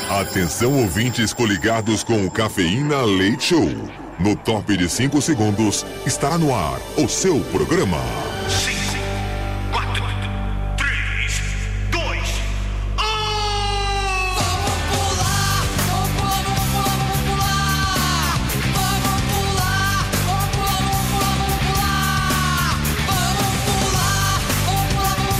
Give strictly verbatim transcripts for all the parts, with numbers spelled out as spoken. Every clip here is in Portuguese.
Atenção, ouvintes coligados com o Cafeína Leite Show. No top de cinco segundos, está no ar o seu programa. cinco, quatro, três, dois, um. Vamos pular, vamos pular, vamos pular, vamos pular, vamos pular, vamos pular, vamos pular, vamos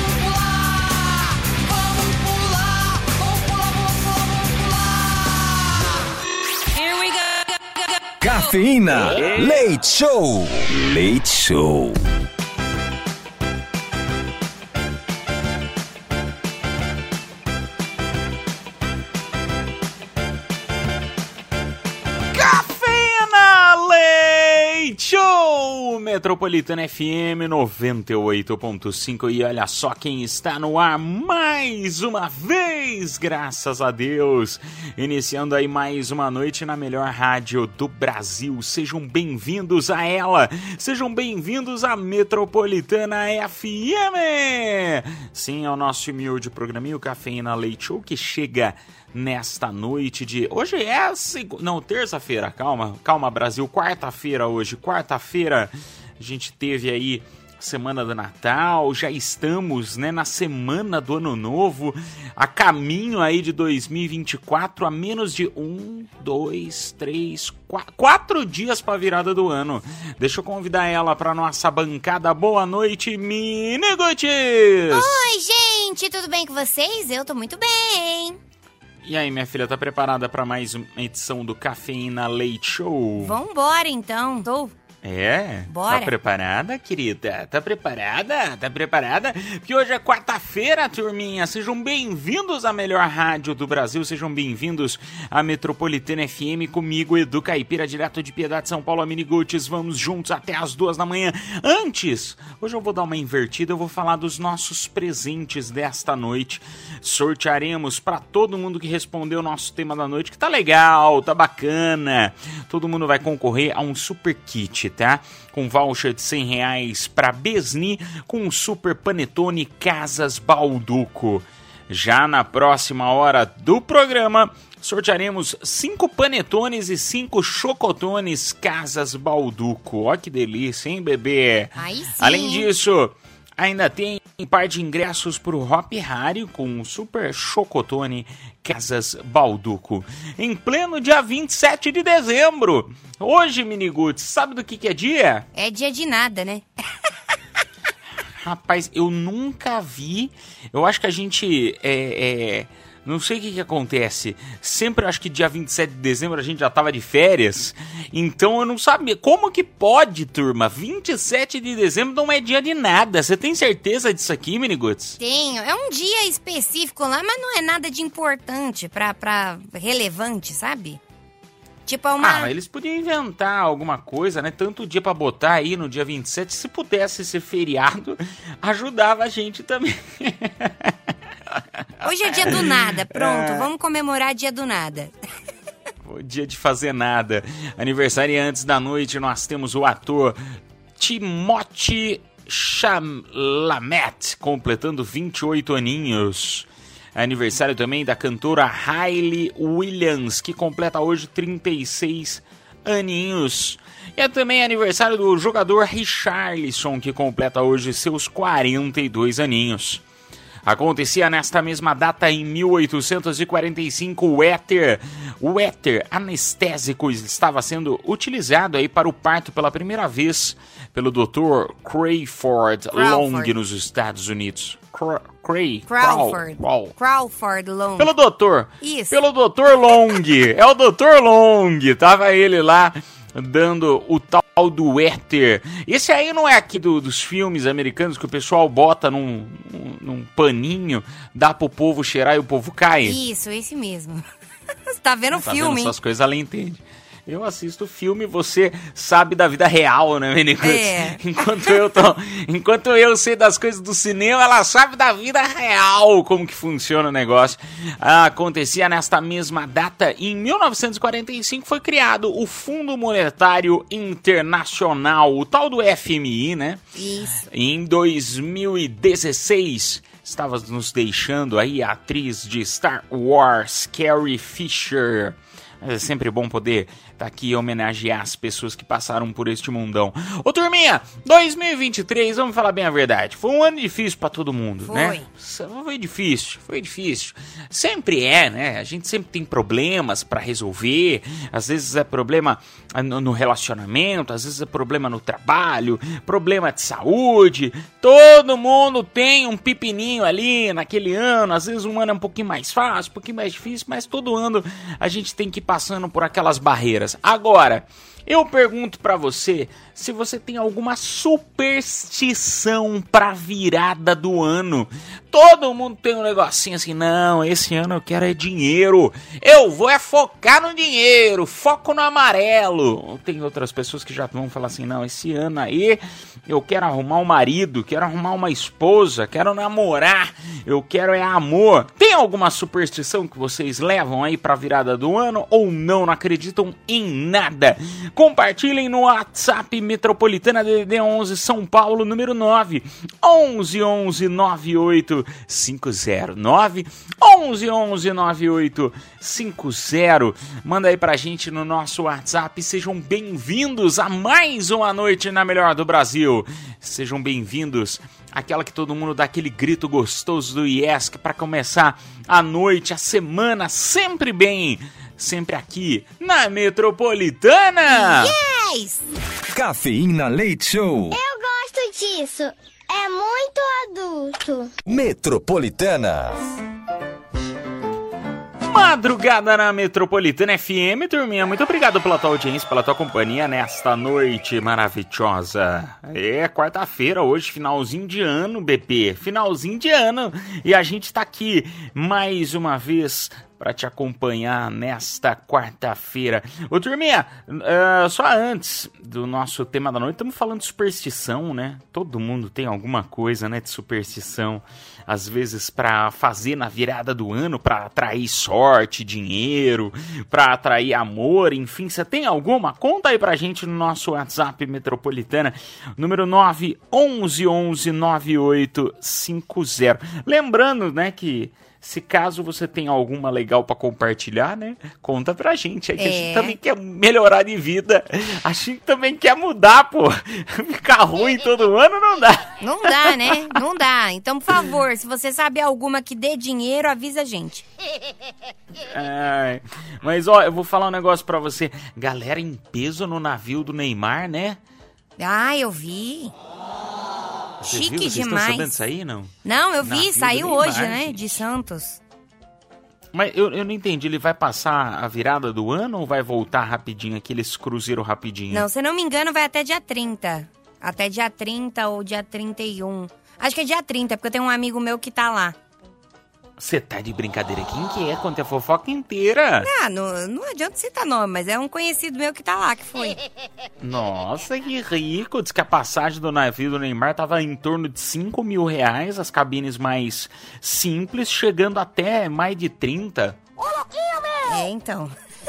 pular, vamos pular, vamos pular. Here we go. Cafeína Leite Show. Leite Show. Cafeína Leite Show. Metropolitana F M noventa e oito ponto cinco. E olha só quem está no ar mais uma vez, graças a Deus. Iniciando aí mais uma noite na melhor rádio do Brasil. Sejam bem-vindos a ela. Sejam bem-vindos à Metropolitana F M. Sim, é o nosso humilde programinho Cafeína Leite Show que chega nesta noite de... Hoje é seg... Não, terça-feira, calma. Calma, Brasil. Quarta-feira hoje. Quarta-feira a gente teve aí Semana do Natal, já estamos, né, na semana do Ano Novo, a caminho aí de dois mil e vinte e quatro, a menos de um, dois, três, quatro, quatro dias para a virada do ano. Deixa eu convidar ela para nossa bancada. Boa noite, Miniguts! Oi, gente, tudo bem com vocês? Eu tô muito bem. E aí, minha filha, tá preparada para mais uma edição do Cafeína Leite Show? Vambora, então. Tô. É? Bora. Tá preparada, querida? Tá preparada? Tá preparada? Porque hoje é quarta-feira, turminha. Sejam bem-vindos à melhor rádio do Brasil. Sejam bem-vindos à Metropolitana F M comigo, Edu Caipira, direto de Piedade, São Paulo, Miniguts. Vamos juntos até as duas da manhã. Antes, hoje eu vou dar uma invertida. Eu vou falar dos nossos presentes desta noite. Sortearemos para todo mundo que respondeu o nosso tema da noite, que tá legal, tá bacana. Todo mundo vai concorrer a um super kit, tá? Com voucher de cem reais para Besni, com um super panetone Casas Balduco. Já na próxima hora do programa, sortearemos cinco panetones e cinco chocotones Casas Balduco. Ó que delícia, hein, bebê? Aí sim. Além disso, ainda tem um par de ingressos pro Hop Harry com um super chocotone Casas Balduco. Em pleno dia vinte e sete de dezembro. Hoje, Miniguts, sabe do que que é dia? É dia de nada, né? Rapaz, eu nunca vi. Eu acho que a gente é... é... Não sei o que que acontece. Sempre acho que dia vinte e sete de dezembro a gente já tava de férias. Então eu não sabia. Como que pode, turma? vinte e sete de dezembro não é dia de nada. Você tem certeza disso aqui, Miniguts? Tenho. É um dia específico lá, mas não é nada de importante pra, pra relevante, sabe? Tipo, é uma... Ah, eles podiam inventar alguma coisa, né? Tanto dia pra botar aí no dia vinte e sete. Se pudesse ser feriado, ajudava a gente também. Hoje é dia do nada, pronto, é... vamos comemorar dia do nada. O dia de fazer nada. Aniversariantes da noite, nós temos o ator Timothée Chalamet, completando vinte e oito aninhos. Aniversário também da cantora Hayley Williams, que completa hoje trinta e seis aninhos. E é também aniversário do jogador Richarlison, que completa hoje seus quarenta e dois aninhos. Acontecia nesta mesma data em mil oitocentos e quarenta e cinco o éter, o éter anestésico estava sendo utilizado aí para o parto pela primeira vez pelo doutor Crawford Long nos Estados Unidos. Cra- Cray, Crawford. Craw, Crawford Long. Pelo doutor. Isso. Pelo doutor Long. É o doutor Long. Tava ele lá dando o tal do éter. Esse aí não é aqui do, dos filmes americanos que o pessoal bota num, num, num paninho, dá pro povo cheirar e o povo cai? Isso, esse mesmo. Você tá vendo o tá filme, vendo hein? essas coisas, ela entende. Eu assisto filme, você sabe da vida real, né, Miniguts? É. Enquanto eu tô, enquanto eu sei das coisas do cinema, ela sabe da vida real, como que funciona o negócio. Ah, acontecia nesta mesma data, em mil novecentos e quarenta e cinco foi criado o Fundo Monetário Internacional, o tal do F M I, né? Isso. Em dois mil e dezesseis estava nos deixando aí a atriz de Star Wars, Carrie Fisher. É sempre bom poder estar aqui e homenagear as pessoas que passaram por este mundão. Ô, turminha, dois mil e vinte e três, vamos falar bem a verdade, foi um ano difícil pra todo mundo, Foi. né? Foi difícil, foi difícil. Sempre é, né? A gente sempre tem problemas pra resolver. Às vezes é problema no no relacionamento, às vezes é problema no trabalho, problema de saúde. Todo mundo tem um pepininho ali naquele ano. Às vezes um ano é um pouquinho mais fácil, um pouquinho mais difícil, mas todo ano a gente tem que ir passando por aquelas barreiras. Agora, eu pergunto pra você se você tem alguma superstição pra virada do ano. Todo mundo tem um negocinho assim, não, esse ano eu quero é dinheiro. Eu vou é focar no dinheiro, foco no amarelo. Tem outras pessoas que já vão falar assim, não, esse ano aí eu quero arrumar um marido, quero arrumar uma esposa, quero namorar, eu quero é amor. Tem alguma superstição que vocês levam aí pra virada do ano ou não, não acreditam em nada? Compartilhem no WhatsApp Metropolitana D D D onze São Paulo, número nove onze onze nove oito cinco zero nove onze onze nove oito cinco zero. Manda aí pra gente no nosso WhatsApp. Sejam bem-vindos a mais uma noite na melhor do Brasil. Sejam bem-vindos àquela que todo mundo dá aquele grito gostoso do Yes pra começar a noite, a semana sempre bem. Sempre aqui na Metropolitana. Yes! Cafeína Leite Show. Eu gosto disso. É muito adulto. Metropolitana. Madrugada na Metropolitana F M, turminha, muito obrigado pela tua audiência, pela tua companhia nesta noite maravilhosa. É quarta-feira hoje, finalzinho de ano, bebê, finalzinho de ano, e a gente tá aqui mais uma vez para te acompanhar nesta quarta-feira. Ô, turminha, uh, só antes do nosso tema da noite, estamos falando de superstição, né? Todo mundo tem alguma coisa, né, de superstição, às vezes para fazer na virada do ano, para atrair sorte, dinheiro, para atrair amor, enfim, você tem alguma? Conta aí pra gente no nosso WhatsApp Metropolitana, número nove onze onze nove oito cinco zero. Lembrando, né, que se caso você tem alguma legal pra compartilhar, né? Conta pra gente. Aí que É. a gente também quer melhorar de vida. A gente também quer mudar, pô. Ficar ruim todo ano não dá. Não dá, né? Não dá. Então, por favor, se você sabe alguma que dê dinheiro, avisa a gente. Ai, mas, ó, eu vou falar um negócio pra você. Galera em peso no navio do Neymar, né? Ah, eu vi. Você Chique viu? Vocês estão demais. sabendo disso aí, não? Não, eu Navio vi, do saiu Neymar, hoje, né? gente. De Santos. Mas eu, eu não entendi, ele vai passar a virada do ano ou vai voltar rapidinho, aqueles cruzeiro rapidinho? Não, se eu não me engano, vai até dia trinta. Até dia trinta ou dia trinta e um. Acho que é dia trinta, porque eu tenho um amigo meu que tá lá. Você tá de brincadeira? Quem que é? Conta a fofoca inteira. Ah, não, não adianta citar nome, mas é um conhecido meu que tá lá, que foi. Nossa, que rico. Diz que a passagem do navio do Neymar tava em torno de cinco mil reais, as cabines mais simples, chegando até mais de trinta. É, então.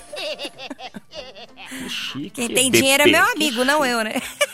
Que chique. Quem tem bebê. dinheiro é meu Que amigo, não eu, né?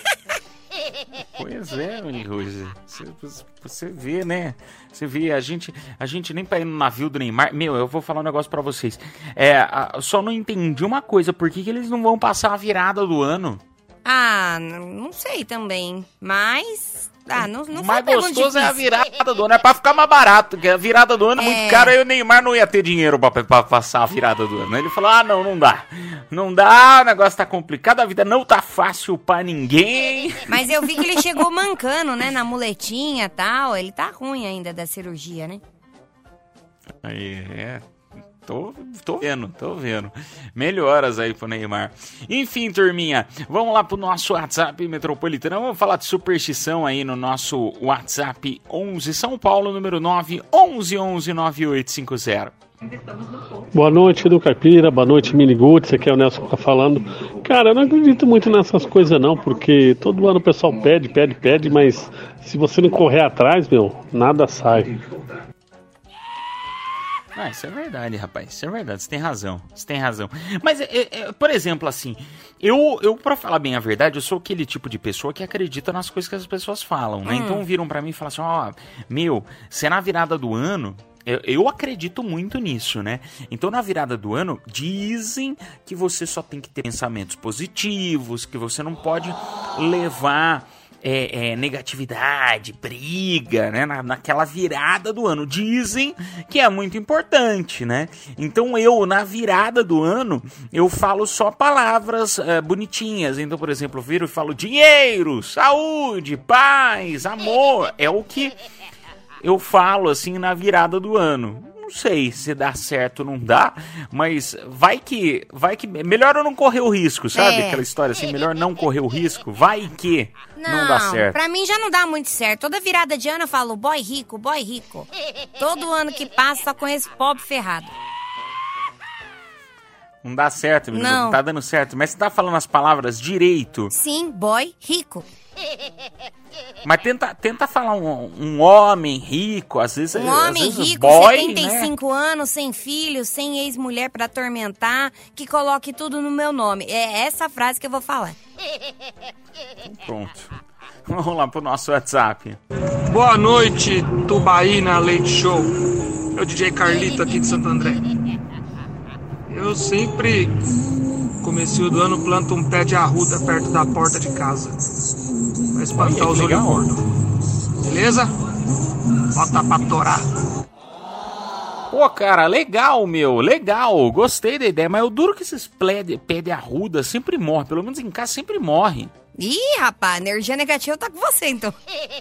Pois é, Rose. Você, você vê, né? Você vê, a gente, a gente nem pra ir no navio do Neymar. Meu, eu vou falar um negócio pra vocês. É, a, só não entendi uma coisa. Por que, que eles não vão passar a virada do ano? Ah, n- não sei também. Mas. Ah, não, não O foi mais pergunta gostoso é a difícil. virada do ano. É pra ficar mais barato. Porque a virada do ano é, É. muito caro. Aí o Neymar não ia ter dinheiro pra, pra passar a virada do ano. Ele falou: ah, não, não dá. Não dá, o negócio tá complicado. A vida não tá fácil pra ninguém. Mas eu vi que ele chegou mancando, né? Na muletinha e tal. Ele tá ruim ainda da cirurgia, né? Aí, é. Tô, tô vendo, tô vendo. Melhoras aí pro Neymar. Enfim, turminha, vamos lá pro nosso WhatsApp Metropolitana. Vamos falar de superstição aí no nosso WhatsApp onze São Paulo, número nove onze onze nove oito cinco zero. Boa noite, Edu Caipira, boa noite, Mini Guts, aqui é o Nelson que tá falando. Cara, eu não acredito muito nessas coisas não, porque todo ano o pessoal pede, pede, pede, mas se você não correr atrás, meu, nada sai. Ah, isso é verdade, rapaz. Isso é verdade. Você tem razão. Você tem razão. Mas, é, é, por exemplo, assim, eu, eu, pra falar bem a verdade, eu sou aquele tipo de pessoa que acredita nas coisas que as pessoas falam, né? Hum. Então viram pra mim e falam assim, ó, oh, meu, se é na virada do ano... Eu, eu acredito muito nisso, né? Então, na virada do ano, dizem que você só tem que ter pensamentos positivos, que você não pode levar é, é, negatividade, briga, né? Na, naquela virada do ano. Dizem que é muito importante, né? Então, eu, na virada do ano, eu falo só palavras é, bonitinhas. Então, por exemplo, eu viro e falo dinheiro, saúde, paz, amor. É o que... eu falo assim na virada do ano. Não sei se dá certo ou não dá, mas vai que, vai que... melhor eu não correr o risco, sabe? É. Aquela história assim, melhor não correr o risco. Vai que não, não dá certo. Pra mim já não dá muito certo. Toda virada de ano eu falo, boy rico, boy rico. Todo ano que passa só conheço pobre ferrado. Não dá certo, menino. Não. Não tá dando certo. Mas você tá falando as palavras direito. Sim, boy rico. Mas tenta, tenta falar um, um homem rico, às vezes... Um às homem vezes rico, boy, setenta e cinco né? anos, sem filho, sem ex-mulher pra atormentar, que coloque tudo no meu nome. É essa frase que eu vou falar. Então, pronto. Vamos lá pro nosso WhatsApp. Boa noite, Tubaína Leite Show. É o D J Carlito aqui de Santo André. Eu sempre, começo do ano, planto um pé de arruda perto da porta de casa. Pra espantar os olhos gordos. Beleza? Bota pra torar. Pô, cara, legal, meu, legal. Gostei da ideia, mas eu duro que esses pé de, pé de arruda sempre morrem. Pelo menos em casa sempre morre. Ih, rapaz, energia negativa tá com você, então.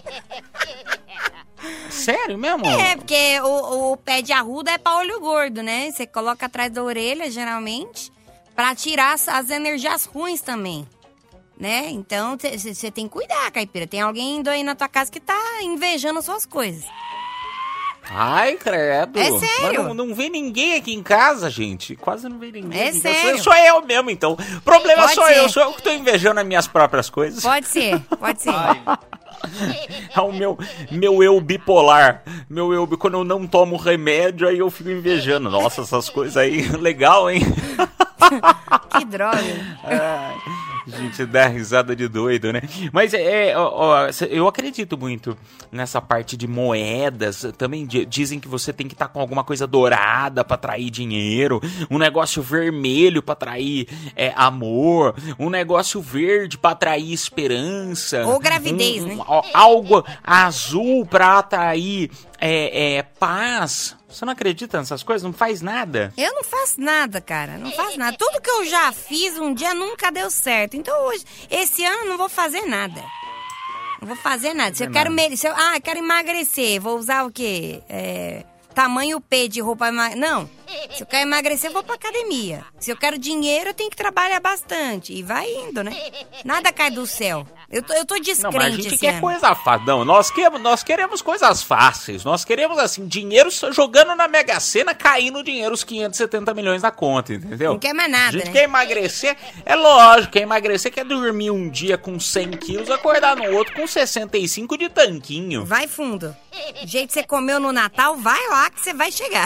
Sério mesmo? É, porque o, o pé de arruda é pra olho gordo, né? Você coloca atrás da orelha, geralmente, pra tirar as, as energias ruins também. Né? Então, você tem que cuidar, caipira. Tem alguém indo aí na tua casa que tá invejando suas coisas. Ai, credo. É sério. Mas não, não vem ninguém aqui em casa, gente. Quase não vem ninguém É aqui sério. em casa. Sou eu mesmo, então. O problema Pode sou ser. eu. Sou eu que tô invejando as minhas próprias coisas. Pode ser, pode ser. É o meu, meu eu bipolar. Meu eu, quando eu não tomo remédio, aí eu fico invejando. Nossa, essas coisas aí, legal, hein? Que droga. Ai, gente, dá risada de doido, né? Mas é, ó, ó, eu acredito muito nessa parte de moedas. Também dizem que você tem que estar tá com alguma coisa dourada pra atrair dinheiro, um negócio vermelho pra atrair é, amor, um negócio verde pra atrair esperança. Ou gravidez, um, né? Um, algo azul pra atrair é, é, paz. Você não acredita nessas coisas? Não faz nada? Eu não faço nada, cara. Não faço nada. Tudo que eu já fiz um dia nunca deu certo. Então hoje, esse ano, não vou fazer nada. Não vou fazer nada. Se eu quero... Me... Se eu... Ah, eu quero emagrecer. Vou usar o quê? É... Tamanho P de roupa... Emag... Não. Se eu quero emagrecer, eu vou pra academia. Se eu quero dinheiro, eu tenho que trabalhar bastante. E vai indo, né? Nada cai do céu. Eu tô, eu tô descrente. Não, mas a gente esse quer ano. coisa fácil. Não, nós, que, nós queremos coisas fáceis. Nós queremos, assim, dinheiro jogando na Mega Sena, caindo dinheiro os quinhentos e setenta milhões na conta, entendeu? Não quer mais nada, A gente né? quer emagrecer, é lógico, quer emagrecer, quer dormir um dia com cem quilos, acordar no outro com sessenta e cinco de tanquinho. Vai fundo. Do jeito que você comeu no Natal, vai lá que você vai chegar.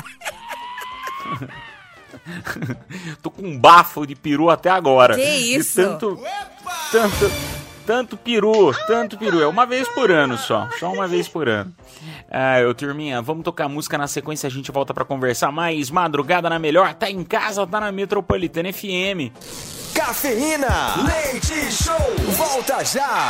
Tô com um bafo de peru até agora. Que isso? De tanto, tanto, tanto peru, tanto peru. É uma vez por ano só, só uma vez por ano. Ah, eu, turminha, vamos tocar música na sequência, a gente volta pra conversar mais. Madrugada na melhor, tá em casa, tá na Metropolitana F M. Cafeína, Leite Show, volta já!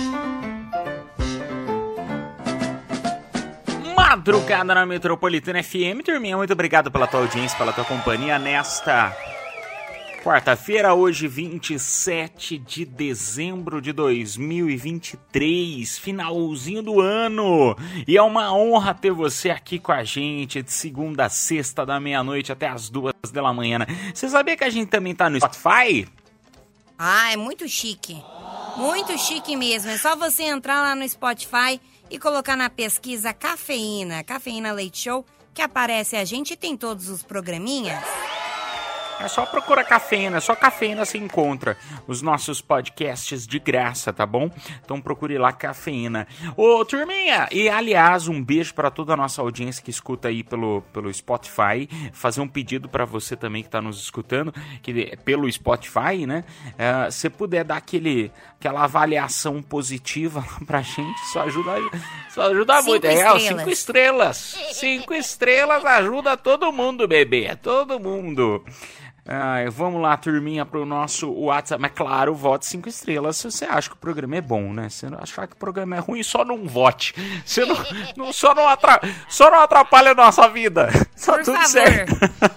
Madrugada na Metropolitana F M, turminha, muito obrigado pela tua audiência, pela tua companhia nesta quarta-feira, hoje vinte e sete de dezembro de dois mil e vinte e três, finalzinho do ano, e é uma honra ter você aqui com a gente, de segunda a sexta, da meia-noite até as duas da manhã, né? Você sabia que a gente também tá no Spotify? Ah, é muito chique, muito chique mesmo, é só você entrar lá no Spotify e colocar na pesquisa Cafeína, Cafeína Leite Show, que aparece a gente e tem todos os programinhas. É só procurar Cafeína, só Cafeína se encontra os nossos podcasts de graça, tá bom? Então procure lá Cafeína. Ô, turminha, e aliás, um beijo para toda a nossa audiência que escuta aí pelo, pelo Spotify. Fazer um pedido para você também que tá nos escutando, que pelo Spotify, né? Uh, se puder dar aquele, aquela avaliação positiva pra gente, só ajuda, só ajuda Cinco muito. É, estrelas. cinco estrelas. Cinco estrelas ajuda todo mundo, bebê. Todo mundo. Ah, vamos lá, turminha, pro nosso WhatsApp. Mas claro, vote cinco estrelas se você acha que o programa é bom, né? Se você achar que o programa é ruim, só não vote. Você não, não, só, não atra, só não atrapalha a nossa vida. Tá Por tudo favor. certo.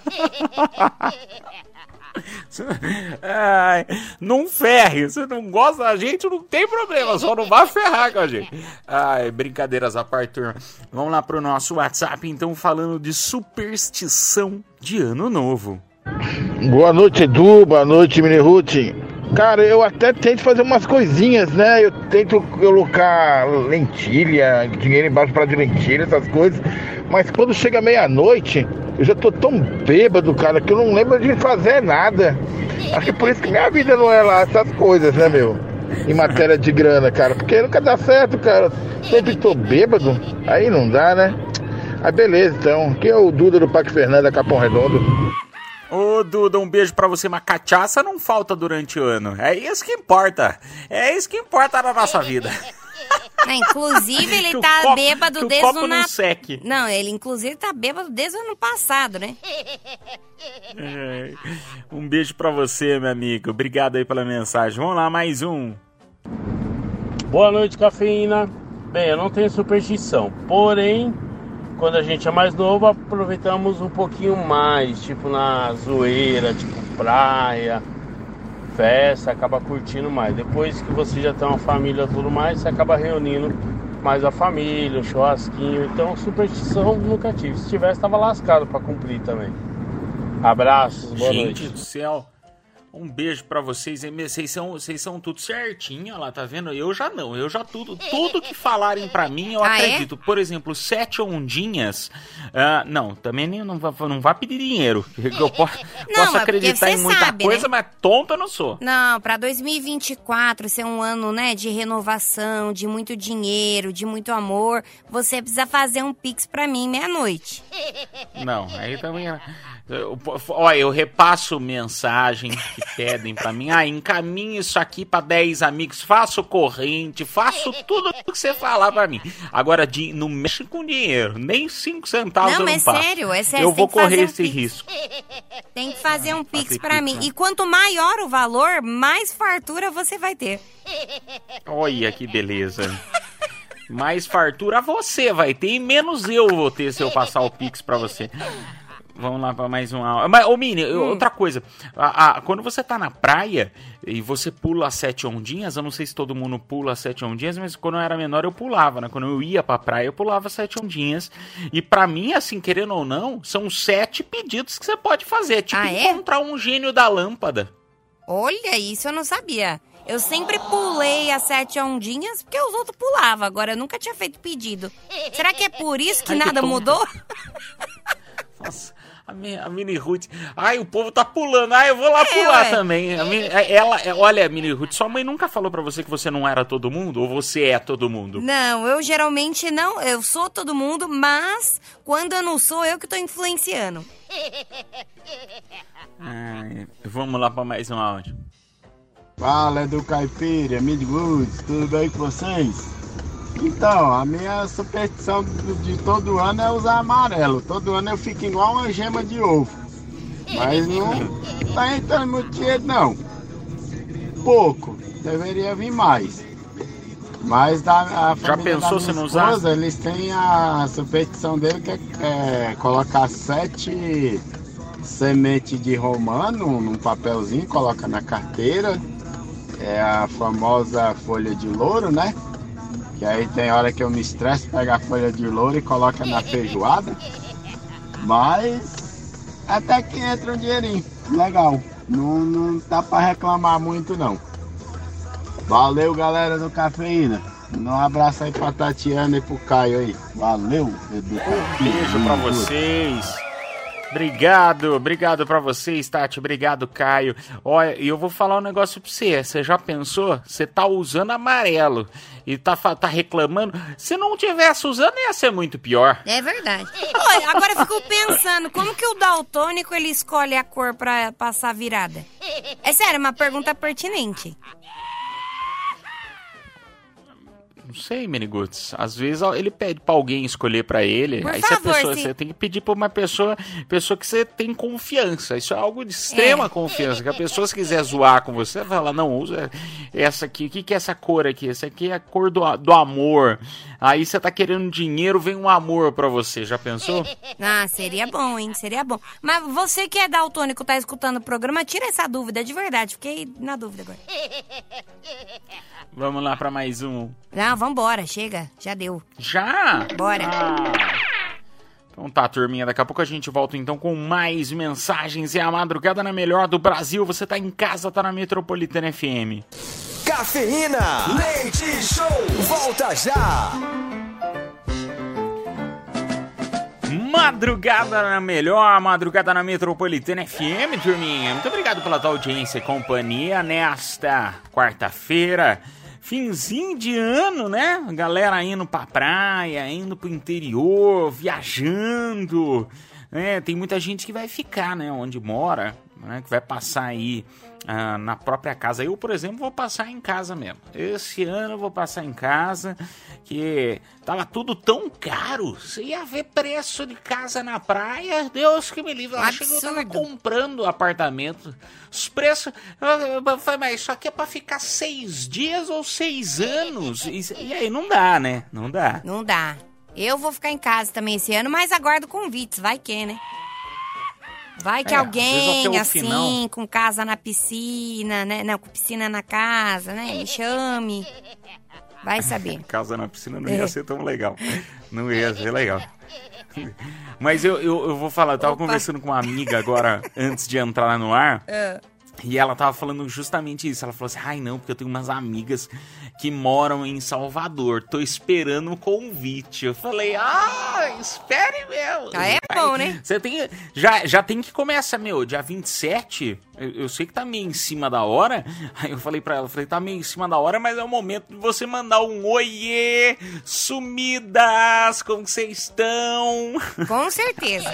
Ai, não ferre. Você não gosta da gente, não tem problema. Só não vá ferrar com a gente. Ai, brincadeiras à parte, turma. Vamos lá pro nosso WhatsApp, então, falando de superstição de Ano Novo. Boa noite, Edu. Boa noite, Mini Ruth. Cara, eu até tento fazer umas coisinhas, né? Eu tento colocar lentilha, dinheiro embaixo para de lentilha, essas coisas. Mas quando chega meia-noite, eu já tô tão bêbado, cara, que eu não lembro de fazer nada. Acho que por isso que minha vida não é lá essas coisas, né, meu? Em matéria de grana, cara. Porque nunca dá certo, cara. Sempre tô bêbado. Aí não dá, né? Aí beleza, então. Aqui é o Duda do Parque Fernando, da Capão Redondo. Ô, Duda, um beijo pra você, mas cachaça não falta durante o ano. É isso que importa. É isso que importa na nossa vida. Não, inclusive, ele Que o tá copo- bêbado que o desde copo o não Natal. seque. Não, ele inclusive tá bêbado desde o ano passado, né? É, um beijo pra você, meu amigo. Obrigado aí pela mensagem. Vamos lá, mais um. Boa noite, Cafeína. Bem, eu não tenho superstição, porém, quando a gente é mais novo, aproveitamos um pouquinho mais, tipo na zoeira, tipo praia, festa, acaba curtindo mais. Depois que você já tem uma família e tudo mais, você acaba reunindo mais a família, o churrasquinho. Então, superstição nunca tive. Se tivesse, tava lascado pra cumprir também. Abraços, boa Gente noite. do céu. Um beijo pra vocês. Vocês são, vocês são tudo certinho, olha lá, tá vendo? Eu já não, eu já tudo, tudo que falarem pra mim eu Ah, é? acredito. Por exemplo, sete ondinhas, ah, não, também nem, não, vá, não vá pedir dinheiro. Eu posso, Não, posso é acreditar porque em você muita sabe, coisa, né? mas tonto eu não sou. Não, pra dois mil e vinte e quatro ser um ano, né, de renovação, de muito dinheiro, de muito amor, você precisa fazer um pix pra mim meia-noite. Não, aí também... Eu, olha, eu repasso mensagem que pedem pra mim. Ah, encaminhe isso aqui pra dez amigos. Faço corrente, faço tudo que você falar pra mim. Agora, de, não mexe com dinheiro. Nem cinco centavos Não, eu não é passo. sério, é sério, Eu você vou tem que fazer correr um esse pix. risco. Tem que fazer um pix fazer pra pix, mim. né? E quanto maior o valor, mais fartura você vai ter. Olha que beleza. Mais fartura você vai ter e menos eu vou ter se eu passar o pix pra você. Vamos lá pra mais uma. Mas, ô Mini, Hum. outra coisa. A, a, quando você tá na praia e você pula as sete ondinhas, eu não sei se todo mundo pula as sete ondinhas, mas quando eu era menor eu pulava, né? Quando eu ia pra praia, eu pulava as sete ondinhas. E pra mim, assim, querendo ou não, são sete pedidos que você pode fazer. Tipo, Ah, é? encontrar um gênio da lâmpada. Olha, isso eu não sabia. Eu sempre pulei as sete ondinhas porque os outros pulavam. Agora, eu nunca tinha feito pedido. Será que é por isso que Ai, que nada tonta. mudou? Nossa, a, minha, a Mini Ruth. Ai, o povo tá pulando. Ai, eu vou lá É, pular ué. também. A Mini- ela, é- olha, Mini Ruth, sua mãe nunca falou pra você que você não era todo mundo? Ou você é todo mundo? Não, eu geralmente não. Eu sou todo mundo, mas quando eu não sou, eu que tô influenciando. Ai, vamos lá pra mais um áudio. Fala, Edu Caipira, Midwoods, tudo bem com vocês? Então, a minha superstição de, de todo ano é usar amarelo. Todo ano eu fico igual uma gema de ovo. Mas não tá entrando muito dinheiro, não. Pouco, deveria vir mais. Mas da, a Já família pensou da se minha não usar? esposa, eles têm a superstição dele que é, é colocar sete sementes de romano num papelzinho, coloca na carteira. É a famosa folha de louro, né? Que aí tem hora que eu me estresso, pego a folha de louro e coloca na feijoada. Mas até que entra um dinheirinho. Legal. Não, não dá pra reclamar muito não. Valeu, galera do Cafeína. Um abraço aí pra Tatiana e pro Caio aí. Valeu, Edu. Um beijo pra vocês. Obrigado, obrigado pra vocês, Tati. Obrigado, Caio. Olha, e eu vou falar um negócio pra você. Você já pensou? Você tá usando amarelo e tá, tá reclamando. Se não tivesse usando, ia ser muito pior. É verdade. Olha, agora eu fico pensando, como que o daltônico ele escolhe a cor pra passar a virada? É sério, uma pergunta pertinente. Não sei, Miniguts. Às vezes ele pede pra alguém escolher pra ele. Por aí favor, se a pessoa, se... você tem que pedir pra uma pessoa, pessoa que você tem confiança. Isso é algo de extrema é. confiança. Que a pessoa, se quiser zoar com você, fala, não, usa essa aqui. O que, que é essa cor aqui? Essa aqui é a cor do, do amor. Aí você tá querendo dinheiro, vem um amor pra você. Já pensou? Ah, seria bom, hein? Seria bom. Mas você que é daltônico, tá escutando o programa, tira essa dúvida, de verdade. Fiquei na dúvida agora. Vamos lá pra mais um. Não, vambora, chega. Já deu. Já? Bora. Ah. Então tá, turminha. Daqui a pouco a gente volta então com mais mensagens. É a madrugada na melhor do Brasil. Você tá em casa, tá na Metropolitana F M. Cafeína, leite show, volta já. Madrugada na melhor, madrugada na Metropolitana F M, turminha. Muito obrigado pela tua audiência e companhia nesta quarta-feira. Finzinho de ano, né? Galera indo pra praia, indo pro interior, viajando. É, tem muita gente que vai ficar, né? Onde mora, né? Que vai passar aí ah, na própria casa. Eu, por exemplo, vou passar em casa mesmo. Esse ano eu vou passar em casa, que tava tudo tão caro. Você ia ver preço de casa na praia, Deus que me livre. Eu acho que eu tava comprando apartamento. Os preços... Eu falei, mas isso aqui é pra ficar seis dias ou seis anos? E, e aí não dá, né? Não dá. Não dá. Eu vou ficar em casa também esse ano, mas aguardo convites, vai que, né? Vai que é, alguém, assim, final... com casa na piscina, né? Não, com piscina na casa, né? Me chame. Vai saber. Casa na piscina não ia é. ser tão legal. Não ia ser legal. Mas eu, eu, eu vou falar, eu tava Opa. conversando com uma amiga agora, antes de entrar no ar... É. E ela tava falando justamente isso. Ela falou assim, ai não, porque eu tenho umas amigas que moram em Salvador. Tô esperando um convite. Eu falei, ah, espere, meu. Ah, é bom, né? Você tem, já, já tem que começar, meu, dia vinte e sete. Eu, eu sei que tá meio em cima da hora. Aí eu falei pra ela, eu falei, tá meio em cima da hora, mas é o momento de você mandar um oiê, sumidas, como vocês estão? Com certeza.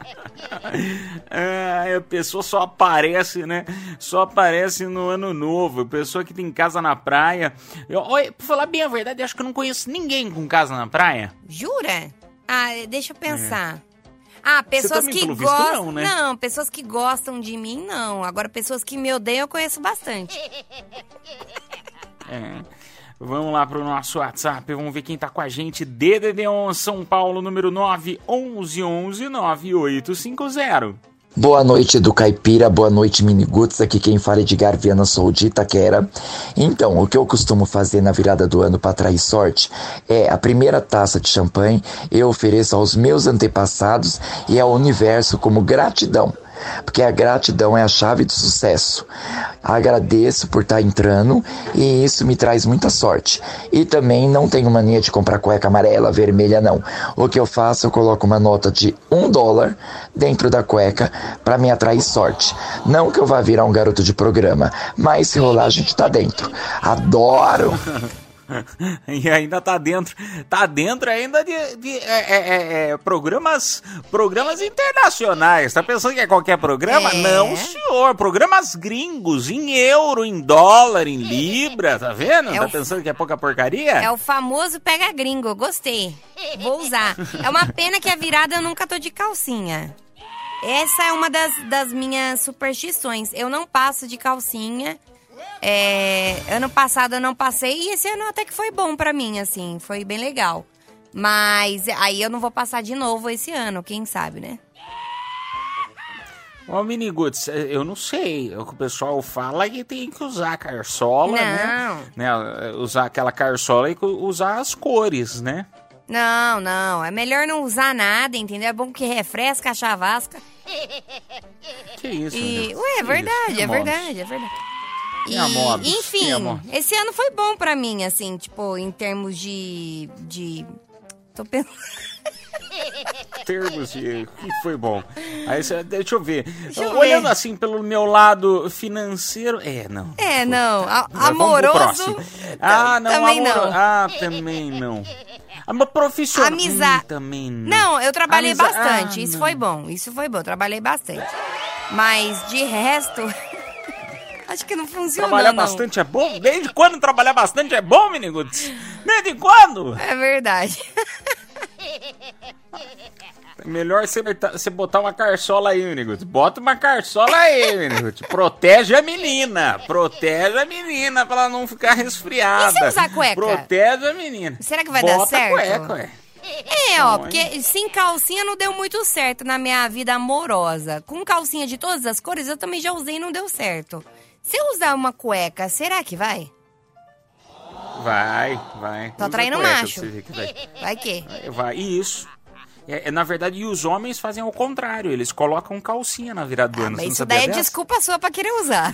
Ah, a pessoa só aparece, né? Só aparece no ano novo. Pessoa que tem casa na praia. Eu, olha, pra falar bem a verdade, acho que eu não conheço ninguém com casa na praia. Jura? Ah, deixa eu pensar. É. Ah, pessoas também, que pelo gostam... visto, não, né? Não, pessoas que gostam de mim, não. Agora, pessoas que me odeiam, eu conheço bastante. É. Vamos lá pro nosso WhatsApp, vamos ver quem tá com a gente. D D D onze São Paulo, número nove onze onze nove oito cinco zero. Boa noite, Edu Caipira, boa noite, Miniguts, aqui quem fala é Edgar Viana, sou de Itaquera. Então, o que eu costumo fazer na virada do ano para atrair sorte é a primeira taça de champanhe eu ofereço aos meus antepassados e ao universo como gratidão. Porque a gratidão é a chave do sucesso. Agradeço por estar entrando e isso me traz muita sorte. E também não tenho mania de comprar cueca amarela, vermelha, não. O que eu faço, eu coloco uma nota de um dólar dentro da cueca para me atrair sorte. Não que eu vá virar um garoto de programa, mas se rolar a gente tá dentro. Adoro! E ainda tá dentro, tá dentro ainda de, de é, é, é, programas, programas internacionais. Tá pensando que é qualquer programa? É. Não, senhor. Programas gringos, em euro, em dólar, em libra, tá vendo? É tá pensando que é pouca porcaria? É o famoso pega gringo, eu gostei. Vou usar. É uma pena que a virada eu nunca tô de calcinha. Essa é uma das, das minhas superstições. Eu não passo de calcinha. É, ano passado eu não passei e esse ano até que foi bom pra mim, assim, foi bem legal. Mas aí eu não vou passar de novo esse ano, quem sabe, né? Ô, Miniguts, eu não sei, o que o pessoal fala é que tem que usar carçola, né? né? Usar aquela carçola e usar as cores, né? Não, não, é melhor não usar nada, entendeu? É bom que refresca a chavasca. Que isso, e, Ué, é verdade, isso? é verdade, é verdade. E, enfim, esse ano foi bom pra mim, assim, tipo, em termos de... de... Tô pensando... termos de que foi bom. Aí, cê- deixa eu ver. Deixa eu Olhando ver. assim pelo meu lado financeiro, é, não. É, não. A- Mas vamos pro amoroso. próximo. Ah, não, também amoro- não. Ah, também não. Ah, mas profissional. Amizade. Hum, também não. Não, eu trabalhei Amiza- bastante. Ah, isso não. foi bom. Isso foi bom. Eu trabalhei bastante. Mas de resto, acho que não funciona. Trabalhar não. bastante é bom? Desde quando trabalhar bastante é bom, Miniguts? Desde quando? É verdade. Melhor você botar- você botar uma carçola aí, Miniguts. Bota uma carçola aí, Miniguts. Protege a menina. Protege a menina pra ela não ficar resfriada. E se usar cueca? Protege a menina. Será que vai Bota dar certo? Cueca, ué. É, ó, Não, porque sem calcinha não deu muito certo na minha vida amorosa. Com calcinha de todas as cores eu também já usei e não deu certo. Se eu usar uma cueca, será que vai? Vai, vai. Tô Usa atraindo cueca pra macho. você ver que vai. Vai que? Vai, vai. Isso. É, é, na verdade, e os homens fazem o contrário. Eles colocam calcinha na virada do ano. Você Mas não isso sabia daí é dessa? desculpa sua pra querer usar.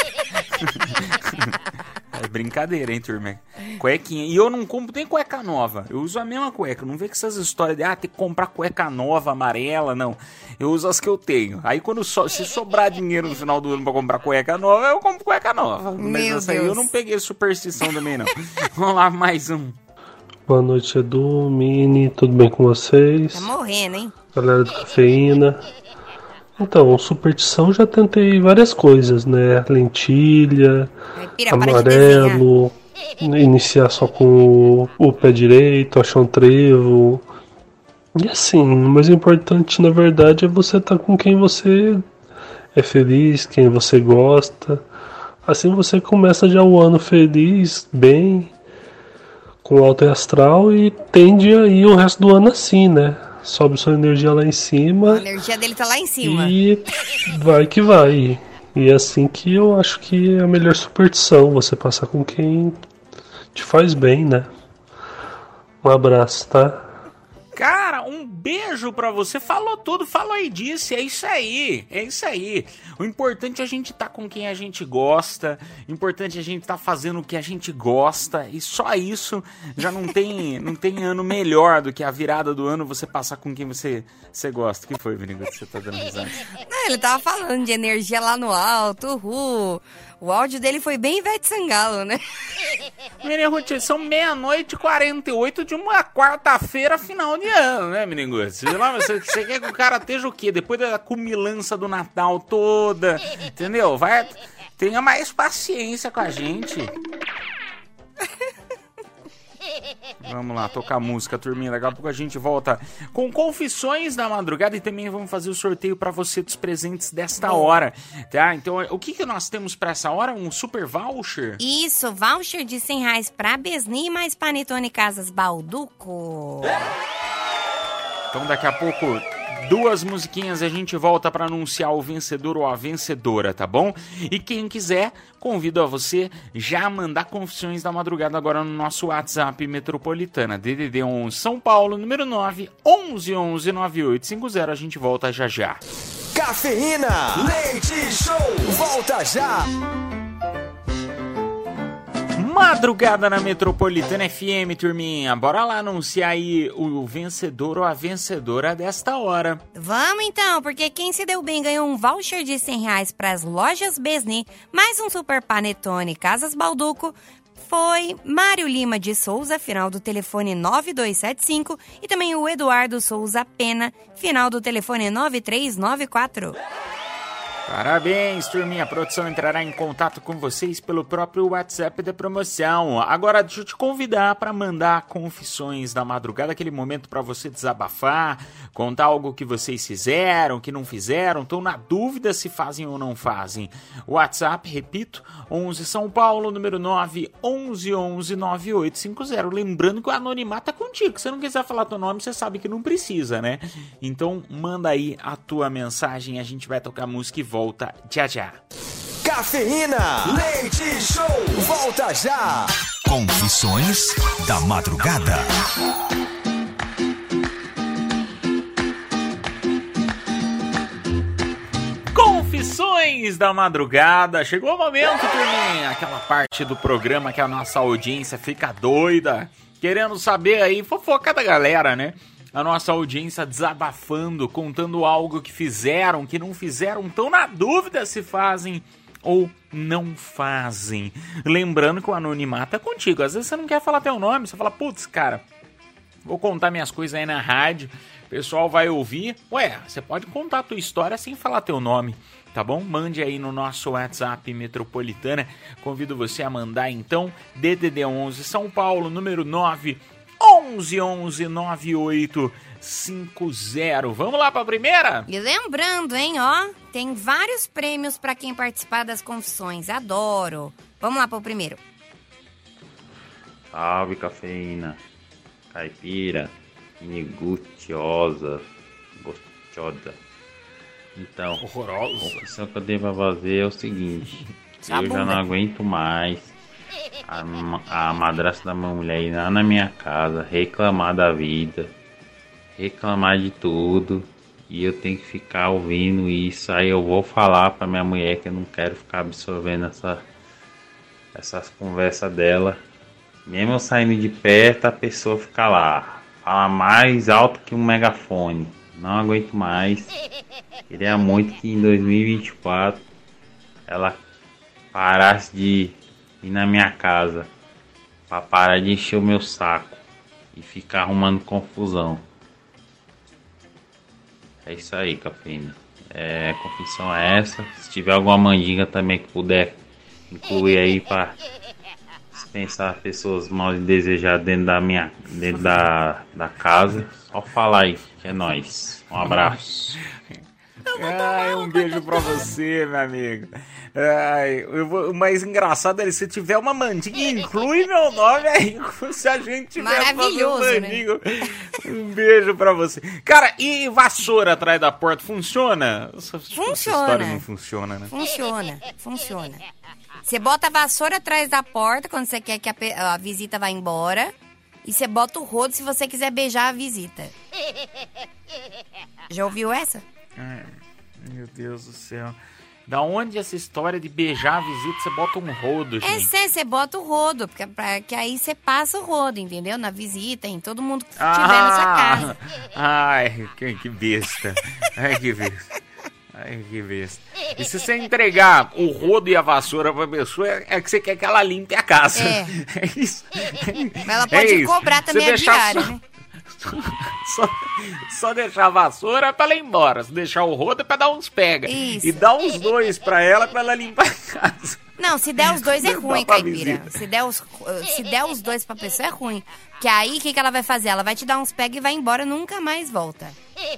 É brincadeira, hein, turma? Cuequinha. E eu não compro nem cueca nova. Eu uso a mesma cueca. Não vê que essas histórias de, ah, tem que comprar cueca nova, amarela, não. Eu uso as que eu tenho. Aí, quando so, se sobrar dinheiro no final do ano pra comprar cueca nova, eu compro cueca nova. Mas Meu essa aí eu Deus. não peguei superstição também, não. Vamos lá, mais um. Boa noite, Edu, Mini, tudo bem com vocês? Tá morrendo, hein? Galera do Cafeína. Então, superstição já tentei várias coisas, né? Lentilha, Caipira, para de amarelo, iniciar só com o, o pé direito, achar um trevo. E assim, o mais importante na verdade é você estar com quem você é feliz, quem você gosta. Assim você começa já o ano feliz, bem, com alto astral e tende a ir o resto do ano assim, né? Sobe sua energia lá em A cima energia dele tá lá em cima. e vai que vai. E é assim que eu acho que é a melhor superstição, você passar com quem te faz bem, né? Um abraço, tá? Cara, um beijo pra você. Falou tudo, falou e disse. É isso aí, é isso aí. O importante é a gente estar com quem a gente gosta. O importante é a gente estar fazendo o que a gente gosta. E só isso já não tem, não tem ano melhor do que a virada do ano você passar com quem você, você gosta. O que foi, Vinigo, que você tá dando risada? Não, ele tava falando de energia lá no alto, uhul. O áudio dele foi bem Ivete Sangalo, né? Menino Ruth, são meia-noite e quarenta e oito de uma quarta-feira final de ano, né, menino? Você, você, você quer que o cara esteja o quê? Depois da cumilança do Natal toda, entendeu? Vai, tenha mais paciência com a gente. Vamos lá, tocar música, turminha. Daqui a pouco a gente volta com confissões da madrugada e também vamos fazer o sorteio pra você dos presentes desta hora, tá? Então, o que, que nós temos pra essa hora? Um super voucher? Isso, voucher de cem reais pra Besni mais Panetone Casas Balduco. Então, daqui a pouco, duas musiquinhas, a gente volta pra anunciar o vencedor ou a vencedora, tá bom? E quem quiser, convido a você já a mandar confissões da madrugada agora no nosso WhatsApp Metropolitana, D D D onze São Paulo, número nove, onze onze nove oito cinco zero. A gente volta já já. Cafeína, leite show, volta já. Madrugada na Metropolitana F M, turminha. Bora lá anunciar aí o vencedor ou a vencedora desta hora. Vamos então, porque quem se deu bem ganhou um voucher de cem reais para as lojas Besni, mais um super Panetone Casas Balduco. Foi Mário Lima de Souza, final do telefone nove dois sete cinco, e também o Eduardo Souza Pena, final do telefone nove três nove quatro. Parabéns, turminha. A produção entrará em contato com vocês pelo próprio WhatsApp da promoção. Agora, deixa eu te convidar para mandar confissões da madrugada, aquele momento para você desabafar, contar algo que vocês fizeram, que não fizeram, estão na dúvida se fazem ou não fazem. WhatsApp, repito, onze São Paulo, número nove, onze onze nove oito cinco zero. Lembrando que o anonimato é contigo. Se você não quiser falar teu nome, você sabe que não precisa, né? Então, manda aí a tua mensagem, a gente vai tocar música e volta já já. Cafeína, leite show, volta já. Confissões da madrugada. Confissões da madrugada. Chegou o momento, turminha. Aquela parte do programa que a nossa audiência fica doida, querendo saber aí, fofoca da galera, né? a nossa audiência desabafando, contando algo que fizeram, que não fizeram, tão na dúvida se fazem ou não fazem. Lembrando que o anonimato é contigo. Às vezes você não quer falar teu nome, você fala, putz, cara, vou contar minhas coisas aí na rádio, o pessoal vai ouvir. Ué, você pode contar a tua história sem falar teu nome, tá bom? Mande aí no nosso WhatsApp Metropolitana. Convido você a mandar, então, D D D onze São Paulo, número nove onze onze nove oito cinco zero. Vamos lá pra primeira? E lembrando, hein, ó, tem vários prêmios pra quem participar das confissões. Adoro. Vamos lá pro primeiro. Salve, cafeína. Caipira, minigutiosa, gostosa. Então, horrorosa. A confissão que eu devo fazer é o seguinte: Sabunda. eu já não aguento mais a, a madrasta da minha mulher ir lá na minha casa reclamar da vida, reclamar de tudo, e eu tenho que ficar ouvindo isso. Aí eu vou falar pra minha mulher que eu não quero ficar absorvendo essa, essas conversas dela. Mesmo eu saindo de perto, a pessoa fica lá, fala mais alto que um megafone. Não aguento mais. Queria muito que em dois mil e vinte e quatro ela parasse de ir na minha casa pra parar de encher o meu saco e ficar arrumando confusão. É isso aí, cafeína. É, confissão é essa. Se tiver alguma mandinga também que puder incluir aí pra dispensar pessoas mal desejadas dentro da minha, dentro da, da casa, só falar aí, que é nóis. Um abraço. Ai, um beijo pra você, meu amigo. Ai, eu vou, o mais engraçado é se tiver uma mandinga, inclui meu nome aí, se a gente tiver maravilhoso, fazendo mandinga. Né? Um beijo pra você. Cara, e vassoura atrás da porta, funciona? Essa, funciona. Essa história não funciona, né? Funciona, funciona. Você bota a vassoura atrás da porta quando você quer que a, a visita vá embora. E você bota o rodo se você quiser beijar a visita. Já ouviu essa? Ai, meu Deus do céu. Da onde essa história de beijar a visita, você bota um rodo, gente? É sério, você bota o rodo, porque, pra, que aí você passa o rodo, entendeu? Na visita, em todo mundo que estiver ah, na sua casa. Ai, que, que besta. Ai, que besta. Ai, que besta. E se você entregar o rodo e a vassoura pra pessoa, é que você quer que ela limpe a casa. É. É isso. Mas ela pode é cobrar isso. também a diária, só, né? Só, só deixar a vassoura pra ela ir embora. Se deixar o rodo é pra dar uns pega. Isso. E dar uns dois pra ela, pra ela limpar a casa. Não, se der os dois é Não ruim, dá pra Caipira. visita. Se der, os, se der os dois pra pessoa é ruim. Que aí, o que, que ela vai fazer? Ela vai te dar uns pega e vai embora, nunca mais volta.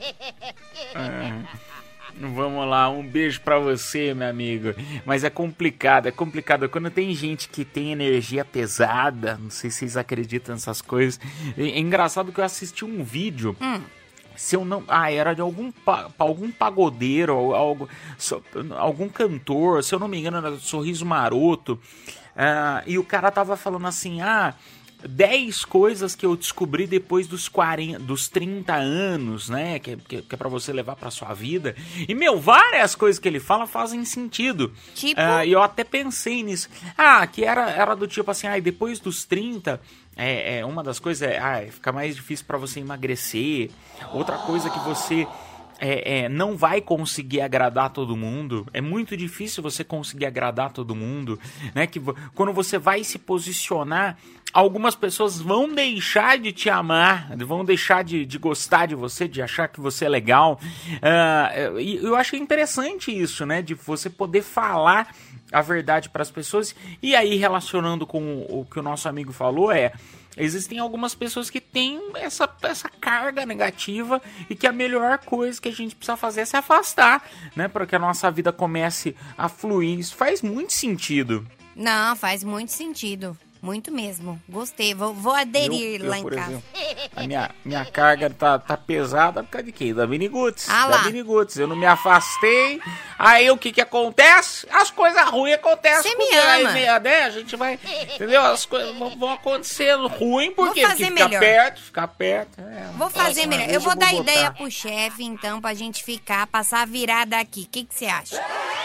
Ah. Vamos lá, um beijo pra você, meu amigo. Mas é complicado, é complicado. Quando tem gente que tem energia pesada, não sei se vocês acreditam nessas coisas. É engraçado que eu assisti um vídeo. Hum. Se eu não, ah, era de algum, algum pagodeiro, algo, algum cantor, se eu não me engano, era do Sorriso Maroto. Ah, e o cara tava falando assim, ah, dez coisas que eu descobri depois dos quarenta, dos trinta anos, né? Que, que, que é pra você levar pra sua vida. E, meu, várias coisas que ele fala fazem sentido. Tipo? Uh, e eu até pensei nisso. Ah, que era, era do tipo assim, ah, depois dos trinta, é, é, uma das coisas é, ah, fica mais difícil pra você emagrecer. Outra coisa que você... É, é, não vai conseguir agradar todo mundo. É muito difícil você conseguir agradar todo mundo, né? Que quando você vai se posicionar, algumas pessoas vão deixar de te amar, vão deixar de, de gostar de você, de achar que você é legal. Uh, e eu acho interessante isso, né? De você poder falar a verdade para as pessoas. E aí, relacionando com o que o nosso amigo falou, é... Existem algumas pessoas que têm essa, essa carga negativa e que a melhor coisa que a gente precisa fazer é se afastar, né? Para que a nossa vida comece a fluir. Isso faz muito sentido. Não, faz muito sentido. Muito mesmo. Gostei. Vou, vou aderir eu, eu, lá em por casa. Exemplo, a minha, minha carga tá, tá pesada por causa de quê? Da Miniguts. Ah da lá. Miniguts. Eu não me afastei. Aí o que que acontece? As coisas ruins acontecem. Você me aí, ama. né? A gente vai... Entendeu? As coisas vão acontecendo ruim. Por Vou quê? fazer Porque ficar melhor. perto, ficar perto. É, Vou fazer próxima melhor. vez Eu vou dar botar. ideia pro chefe, então, pra gente ficar, passar a virada aqui. O que que você acha?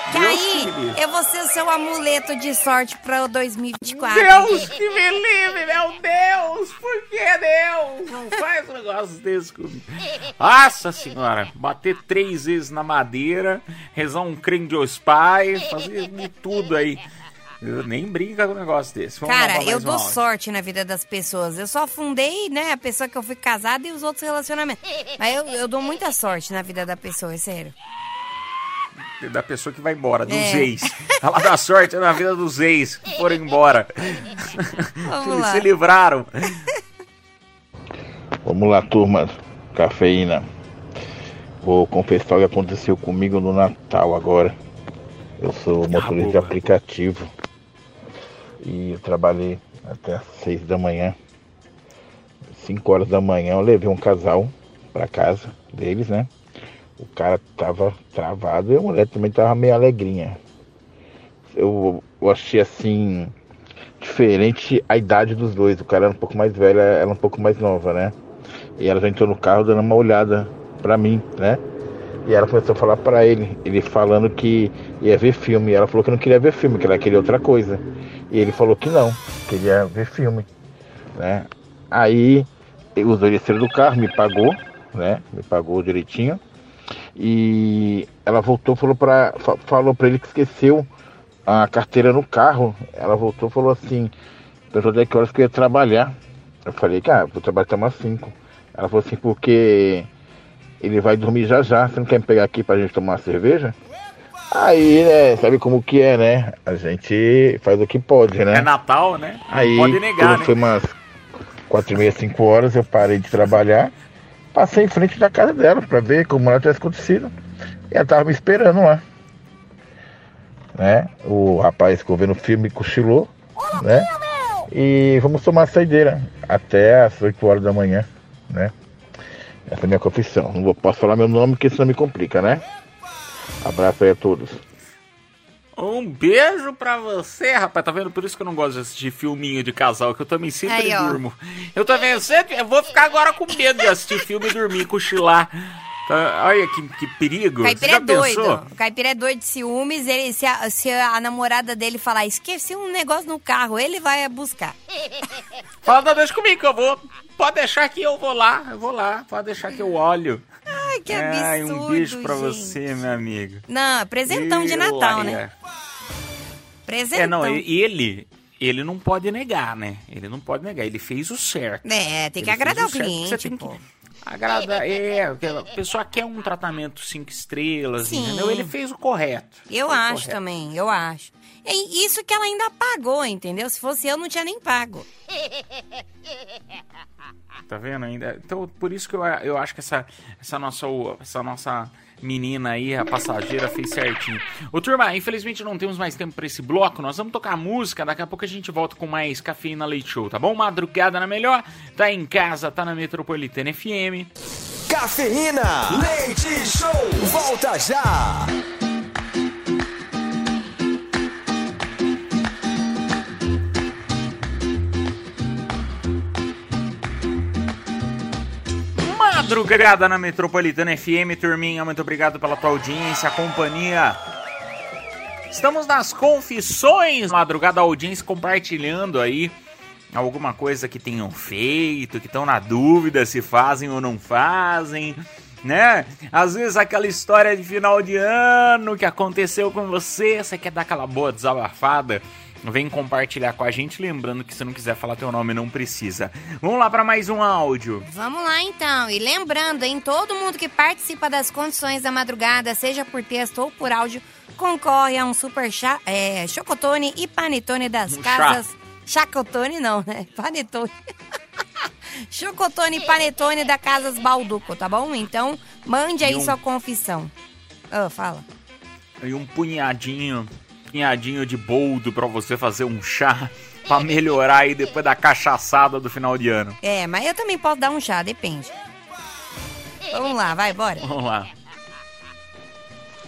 Que Deus aí que me livre. eu vou ser o seu amuleto de sorte pra o dois mil e vinte e quatro. Deus que me livre, meu Deus! Por que Deus? Não faz um negócio desse comigo. Nossa senhora, bater três vezes na madeira, rezar um creme de ospai, fazer de tudo aí. Eu nem brinca com um negócio desse. Vamos Cara, lá pra eu mais um dou áudio. sorte na vida das pessoas. Eu só fundei, né, a pessoa que eu fui casada e os outros relacionamentos. Mas eu, eu dou muita sorte na vida da pessoa, é sério. Da pessoa que vai embora, dos É. ex. Ela dá sorte na vida dos ex que foram embora. Vamos Eles lá. se livraram. Vamos lá, turma. Cafeína. Vou confessar o que aconteceu comigo no Natal agora. Eu sou motorista de aplicativo. E eu trabalhei até às seis da manhã. Cinco horas da manhã eu levei um casal pra casa deles, né? O cara tava travado e a mulher também tava meio alegrinha. Eu, eu achei assim diferente a idade dos dois. O cara era um pouco mais velho, ela um pouco mais nova, né? E ela já entrou no carro dando uma olhada pra mim, né? E ela começou a falar pra ele, ele falando que ia ver filme. E ela falou que não queria ver filme, que ela queria outra coisa. E ele falou que não, queria ver filme, né? Aí os dois desceram do carro, me pagou, né? Me pagou direitinho. E ela voltou, falou pra, fa- falou pra ele que esqueceu a carteira no carro. Ela voltou e falou assim, perguntou até que horas que eu ia trabalhar. Eu falei, cara, vou trabalhar até umas cinco. Ela falou assim, porque ele vai dormir já já, você não quer me pegar aqui pra gente tomar uma cerveja? Aí, né, sabe como que é, né? A gente faz o que pode, né? É Natal, né? Não Aí, pode negar, quando né? foi umas quatro e meia, cinco horas, eu parei de trabalhar, passei em frente da casa dela pra ver como ela tivesse acontecido. E ela tava me esperando lá. Né? O rapaz ficou vendo o filme, cochilou, né? E vamos tomar a saideira até às oito horas da manhã, né? Essa é a minha confissão. Não vou, posso falar meu nome porque senão me complica, né? Abraço aí a todos. Um beijo pra você, rapaz. Tá vendo? Por isso que eu não gosto de assistir filminho de casal, que eu também sempre Aí, ó. durmo. Eu também sempre. Eu vou ficar agora com medo de assistir filme e dormir, cochilar. Tá, olha que, que perigo. O Você Caipira já é doido. pensou? O Caipira é doido de ciúmes. Ele, se, a, se a namorada dele falar, esqueci um negócio no carro, ele vai buscar. Fala, não, deixa comigo que eu vou. Pode deixar que eu vou lá. Eu vou lá. Pode deixar que eu olho. Ai, que Ai, absurdo, um beijo pra gente. você, meu amigo. Não, presentão de Eu, Natal, ai, né? é. Presentão. É, não, e- ele, ele não pode negar, né? Ele não pode negar, ele fez o certo. É, tem que Ele agradar o fez certo, cliente, você tem pô. que agradar, é, a pessoa quer um tratamento cinco estrelas, Sim. entendeu? Ele fez o correto. Eu Foi o acho correto. também, eu acho. E isso que ela ainda pagou, entendeu? Se fosse eu, não tinha nem pago. Tá vendo ainda? Então, por isso que eu, eu acho que essa, essa, nossa, essa nossa menina aí, a passageira, fez certinho. Ô, turma, infelizmente não temos mais tempo pra esse bloco. Nós vamos tocar música. Daqui a pouco a gente volta com mais Cafeína Leite Show, tá bom? Madrugada na melhor. Tá em casa, tá na Metropolitana F M. Cafeína, Leite Show, volta já! Madrugada na Metropolitana F M, turminha, muito obrigado pela tua audiência, companhia. Estamos nas confissões, madrugada, a audiência compartilhando aí alguma coisa que tenham feito, que estão na dúvida se fazem ou não fazem, né? Às vezes aquela história de final de ano que aconteceu com você, você quer dar aquela boa desabafada, vem compartilhar com a gente, lembrando que se não quiser falar teu nome não precisa. Vamos lá para mais um áudio. Vamos lá então, e lembrando, hein, todo mundo que participa das condições da madrugada, seja por texto ou por áudio, concorre a um super chá, é, chocotone e panetone das Um casas... chá. Chacotone não, né? Panetone. Chocotone e panetone da Casas Balduco, tá bom? Então, mande aí E um- sua confissão. Ah, fala. E um punhadinho, punhadinho de boldo pra você fazer um chá pra melhorar aí depois da cachaçada do final de ano. É, mas eu também posso dar um chá, depende. Vamos lá, vai, bora. Vamos lá.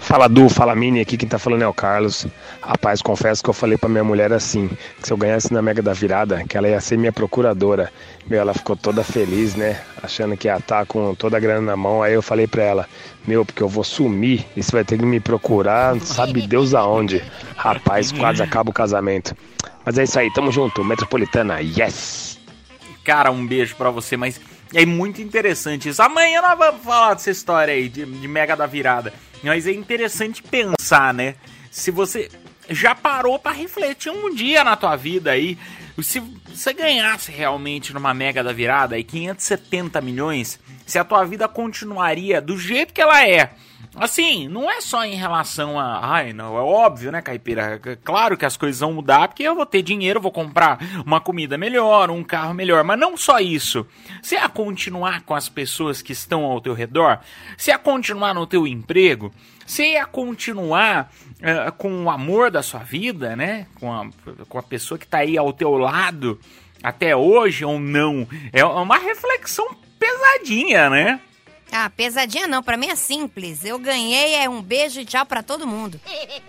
Fala Du, fala Mini, aqui quem tá falando é o Carlos. Rapaz, confesso que eu falei pra minha mulher assim, que se eu ganhasse na Mega da Virada, que ela ia ser minha procuradora. Meu, ela ficou toda feliz, né, achando que ia estar com toda a grana na mão. Aí eu falei pra ela, meu, porque eu vou sumir e você vai ter que me procurar, sabe Deus aonde. Rapaz, quase acaba o casamento. Mas é isso aí, tamo junto, Metropolitana, yes! Cara, um beijo pra você, mas é muito interessante isso. Amanhã nós vamos falar dessa história aí, de, de Mega da Virada. Mas é interessante pensar, né? Se você já parou pra refletir um dia na tua vida aí, se você ganhasse realmente numa Mega da Virada aí quinhentos e setenta milhões, se a tua vida continuaria do jeito que ela é. Assim, não é só em relação a... Ai, não, é óbvio, né, Caipira? Claro que as coisas vão mudar, porque eu vou ter dinheiro, vou comprar uma comida melhor, um carro melhor. Mas não só isso. Se ia continuar com as pessoas que estão ao teu redor, se ia continuar no teu emprego, se ia continuar uh, com o amor da sua vida, né? Com a, com a pessoa que tá aí ao teu lado até hoje ou não. É uma reflexão pesadinha, né? Ah, pesadinha não, pra mim é simples. Eu ganhei, é um beijo e tchau pra todo mundo.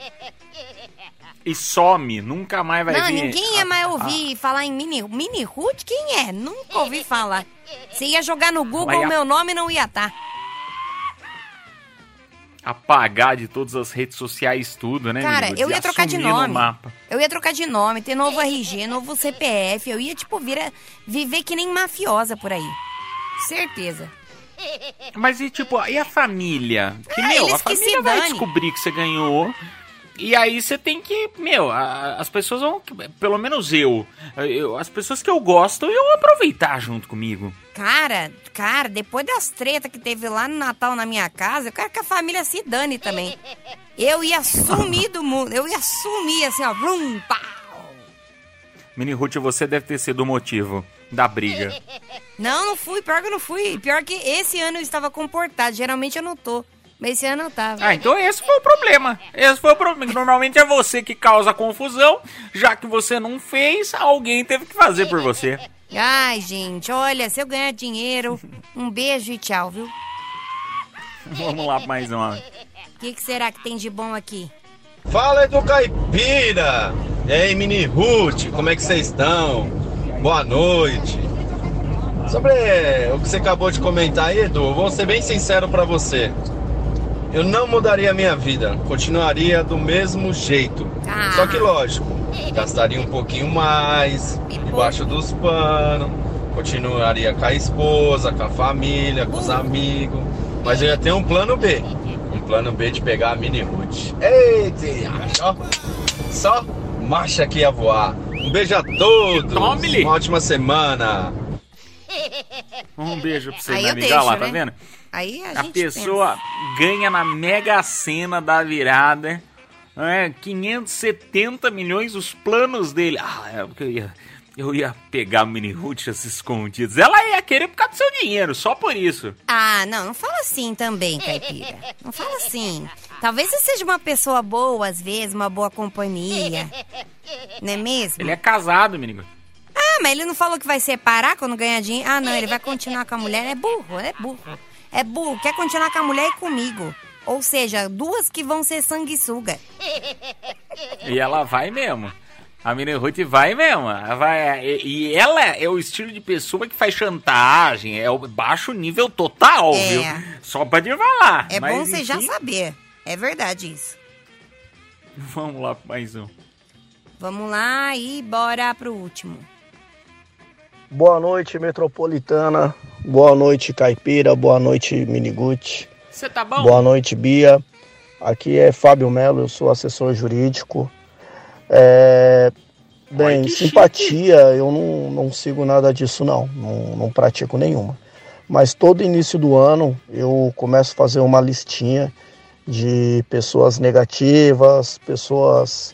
E some, nunca mais vai não, vir. Não, ninguém ia mais ouvir ah. falar em Mini, Mini Ruth, quem é? Nunca ouvi falar. Você ia jogar no Google, o meu nome não ia estar. Apagar de todas as redes sociais tudo, né? Cara, eu ia trocar de nome. Mapa. Eu ia trocar de nome, ter novo R G, novo C P F. Eu ia, tipo, vir a, viver que nem mafiosa por aí. Certeza. Mas e tipo, e a família? Que, ah, meu, a que família vai descobrir que você ganhou. E aí você tem que, meu, a, as pessoas vão, pelo menos eu, eu, as pessoas que eu gosto, eu vou aproveitar junto comigo. Cara, cara, depois das tretas que teve lá no Natal na minha casa, eu quero que a família se dane também. Eu ia sumir do mundo, eu ia sumir assim, ó, vrum, pau. Mini Ruth, você deve ter sido o motivo da briga. Não, não fui, pior que eu não fui. Pior que esse ano eu estava comportado, geralmente eu não tô. Mas esse ano eu tava. Ah, então esse foi o problema. Esse foi o problema. Normalmente é você que causa confusão. Já que você não fez, alguém teve que fazer por você. Ai, gente, olha, se eu ganhar dinheiro, um beijo e tchau, viu? Vamos lá pra mais uma. O que, que será que tem de bom aqui? Fala, Edu Caipira! E aí, Mini Ruth, como é que vocês estão? Boa noite. Sobre o que você acabou de comentar aí, Edu, vou ser bem sincero pra você. Eu não mudaria a minha vida, continuaria do mesmo jeito. Ah. Só que lógico, gastaria um pouquinho mais, debaixo dos panos, continuaria com a esposa, com a família, com os amigos. Mas eu ia ter um plano B. Um plano B de pegar a Mini Ruth. Eita, ó, só marcha que ia voar. Um beijo a todos. Tome-lhe. Uma ótima semana. Um beijo pra você, aí minha eu amiga. deixo, lá, né? tá vendo? Aí a, a gente pessoa pensa. ganha na Mega Sena da virada, né? quinhentos e setenta milhões, os planos dele. Ah, é porque eu ia, eu ia pegar a Mini Ruth escondidas. Ela ia querer por causa do seu dinheiro, só por isso. Ah, não, não fala assim também, Caipira. Não fala assim. Talvez você seja uma pessoa boa, às vezes, uma boa companhia. Não é mesmo? Ele é casado, menino. Ah, mas ele não falou que vai separar quando ganhar dinheiro? Ah, não, ele vai continuar com a mulher. É burro, é burro. É burro, quer continuar com a mulher e comigo. Ou seja, duas que vão ser sanguessuga. E ela vai mesmo. A Mini Ruth vai mesmo. Ela vai, e, e ela é o estilo de pessoa que faz chantagem. É o baixo nível total, é. viu? Só pra te falar. É mas, bom você enfim, já saber. É verdade isso. Vamos lá pra mais um. Vamos lá e bora pro último. Boa noite, Metropolitana. Boa noite, Caipira. Boa noite, Miniguti. Você tá bom? Boa noite, Bia. Aqui é Fábio Melo, eu sou assessor jurídico. É... Bem, Ai, simpatia, eu não, não sigo nada disso não. não, não pratico nenhuma. Mas todo início do ano eu começo a fazer uma listinha de pessoas negativas, pessoas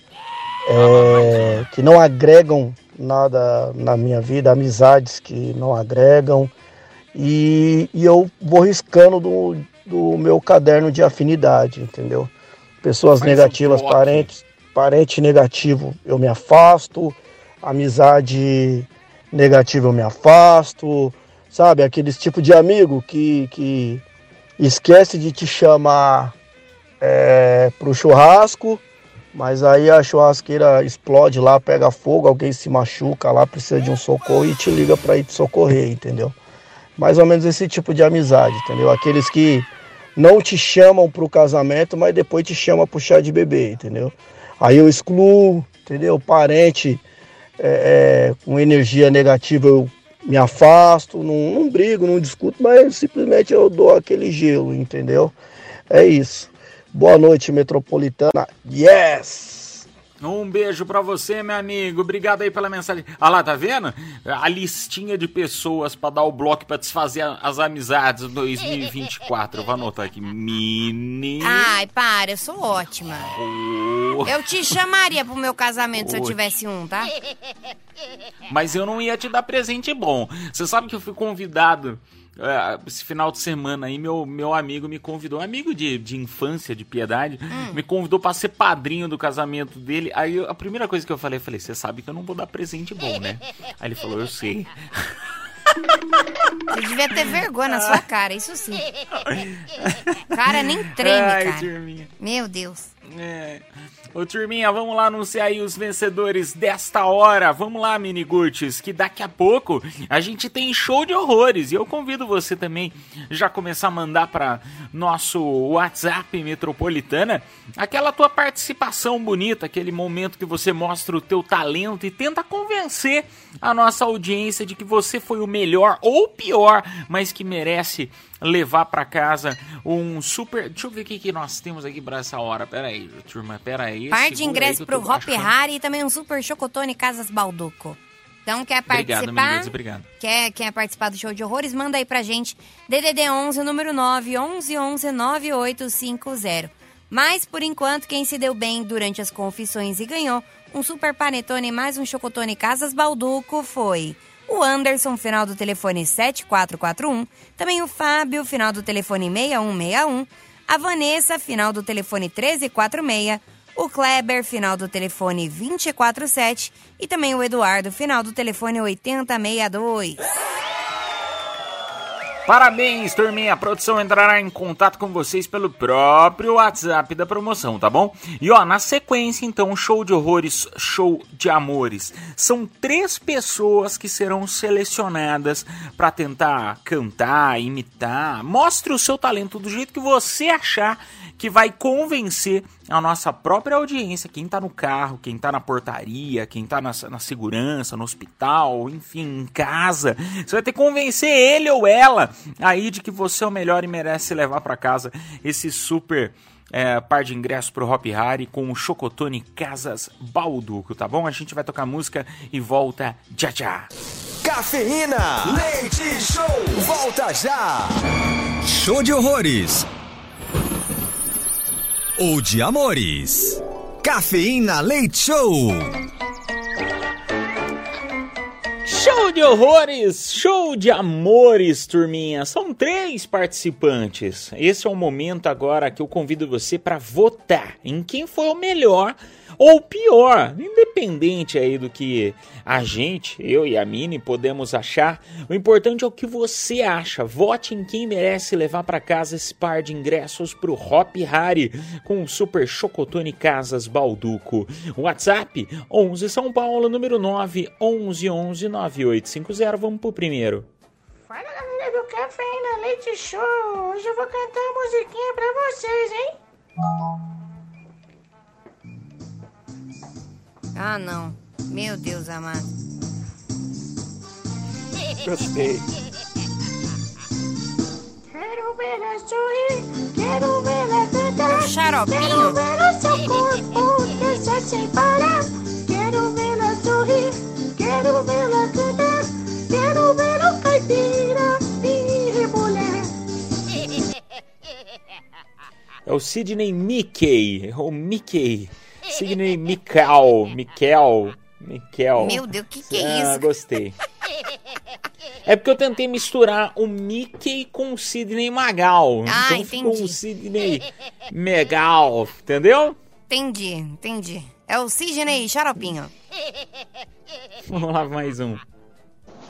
é, que não agregam nada na minha vida, amizades que não agregam, e, e eu vou riscando do, do meu caderno de afinidade, entendeu? Pessoas Faz negativas, um parentes, parente negativo eu me afasto, amizade negativa eu me afasto, sabe? Aqueles tipo de amigo que, que esquece de te chamar é, pro churrasco, mas aí a churrasqueira explode lá, pega fogo, alguém se machuca lá, precisa de um socorro e te liga para ir te socorrer, entendeu? Mais ou menos esse tipo de amizade, entendeu? Aqueles que não te chamam pro casamento, mas depois te chamam pro chá de bebê, entendeu? Aí eu excluo, entendeu? Parente é, é, com energia negativa eu me afasto, não, não brigo, não discuto, mas simplesmente eu dou aquele gelo, entendeu? É isso. Boa noite, Metropolitana. Yes! Um beijo pra você, meu amigo. Obrigado aí pela mensagem. Ah lá, tá vendo? A listinha de pessoas pra dar o bloco pra desfazer as amizades dois mil e vinte e quatro. Eu vou anotar aqui. Mini... Ai, para, eu sou ótima. Oh. Eu te chamaria pro meu casamento se eu Oh. tivesse um, tá? Mas eu não ia te dar presente bom. Você sabe que eu fui convidado... É, esse final de semana aí, meu, meu amigo me convidou, amigo de, de infância, de piedade, hum. me convidou pra ser padrinho do casamento dele. Aí eu, a primeira coisa que eu falei, eu falei, você sabe que eu não vou dar presente bom, né? Aí ele falou, eu sei. Você devia ter vergonha na sua cara, isso sim. Cara, nem treme, Ai, cara. turminha. Meu Deus. É. Ô, turminha, vamos lá anunciar aí os vencedores desta hora. Vamos lá, Miniguts, que daqui a pouco a gente tem show de horrores. E eu convido você também já começar a mandar para nosso WhatsApp Metropolitana aquela tua participação bonita, aquele momento que você mostra o teu talento e tenta convencer a nossa audiência de que você foi o melhor ou pior, mas que merece levar pra casa um super... Deixa eu ver o que, que nós temos aqui pra essa hora. Pera aí, turma, pera aí. Par de ingressos pro Hop Hari e também um super chocotone Casas Balduco. Então, quer participar? Obrigado, meninas, obrigado. Quer, quer participar do show de horrores? Manda aí pra gente. D D D onze, número nove, onze onze, nove oito cinco zero. Mas, por enquanto, quem se deu bem durante as confissões e ganhou um super panetone e mais um chocotone Casas Balduco foi... o Anderson, final do telefone sete quatro quatro um. Também o Fábio, final do telefone seis um seis um. A Vanessa, final do telefone treze quarenta e seis. O Kleber, final do telefone vinte e quatro sete. E também o Eduardo, final do telefone oitenta sessenta e dois. Parabéns, turminha. A produção entrará em contato com vocês pelo próprio WhatsApp da promoção, tá bom? E ó, na sequência, então, show de horrores, show de amores. São três pessoas que serão selecionadas pra tentar cantar, imitar. Mostre o seu talento do jeito que você achar que vai convencer a nossa própria audiência, quem tá no carro, quem tá na portaria, quem tá na, na segurança, no hospital, enfim, em casa. Você vai ter que convencer ele ou ela aí de que você é o melhor e merece levar pra casa esse super é, par de ingressos pro Hop Hari com o Chocotone Casas Balduco, tá bom? A gente vai tocar música e volta já já. Cafeína, leite show, volta já. Show de horrores. Ou de amores. Cafeína Leite Show. Show de horrores, show de amores, turminha. São três participantes. Esse é o momento agora que eu convido você para votar em quem foi o melhor ou pior, independente aí do que a gente, eu e a Mini, podemos achar. O importante é o que você acha. Vote em quem merece levar para casa esse par de ingressos pro Hop Hari com o Super Chocotone Casas Balduco. WhatsApp onze São Paulo, número nove onze onze nove oito cinco zero. Vamos pro primeiro. Fala, galera do Cafeína Leite Show. Hoje eu vou cantar uma musiquinha pra vocês, hein? Ah, não. Meu Deus amado. Gostei. Quero ver ela sorrir, quero ver ela cantar. Xaropinho. Quero ver o seu corpo dançar sem parar. Quero ver ela sorrir, quero ver ela cantar. Quero ver o caipira e rebolhar. É o Sidney Mickey, o Mickey. Sidney Mikel, Mikel, Mikel. Meu Deus, o que, que é ah, isso? Ah, gostei. É porque eu tentei misturar o Mickey com o Sidney Magal. Ah, então entendi. ficou o Sidney Megal, entendeu? Entendi, entendi. É o Sidney Xaropinho. Vamos lá, mais um.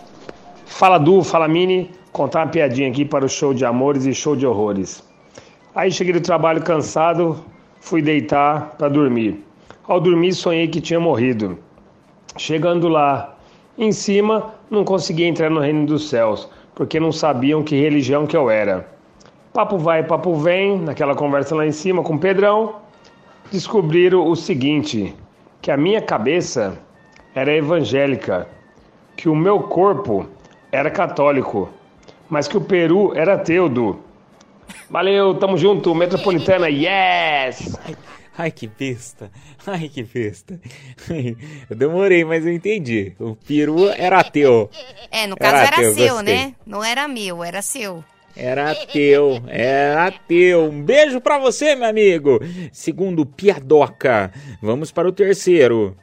Fala Du, fala Mini, contar uma piadinha aqui para o show de amores e show de horrores. Aí cheguei do trabalho cansado, fui deitar para dormir. Ao dormir sonhei que tinha morrido. Chegando lá em cima, não consegui entrar no reino dos céus, porque não sabiam que religião que eu era. Papo vai, papo vem, naquela conversa lá em cima com o Pedrão, descobriram o seguinte, que a minha cabeça era evangélica, que o meu corpo era católico, mas que o Peru era ateu, Du. Valeu, tamo junto, Metropolitana, yes! Ai, ai, que besta, ai, que besta. Eu demorei, mas eu entendi. O Peru era ateu. É, no caso era, era ateu, seu, gostei. né? Não era meu, era seu. Era ateu, era ateu. Um beijo pra você, meu amigo. Segundo Piadoca, vamos para o terceiro.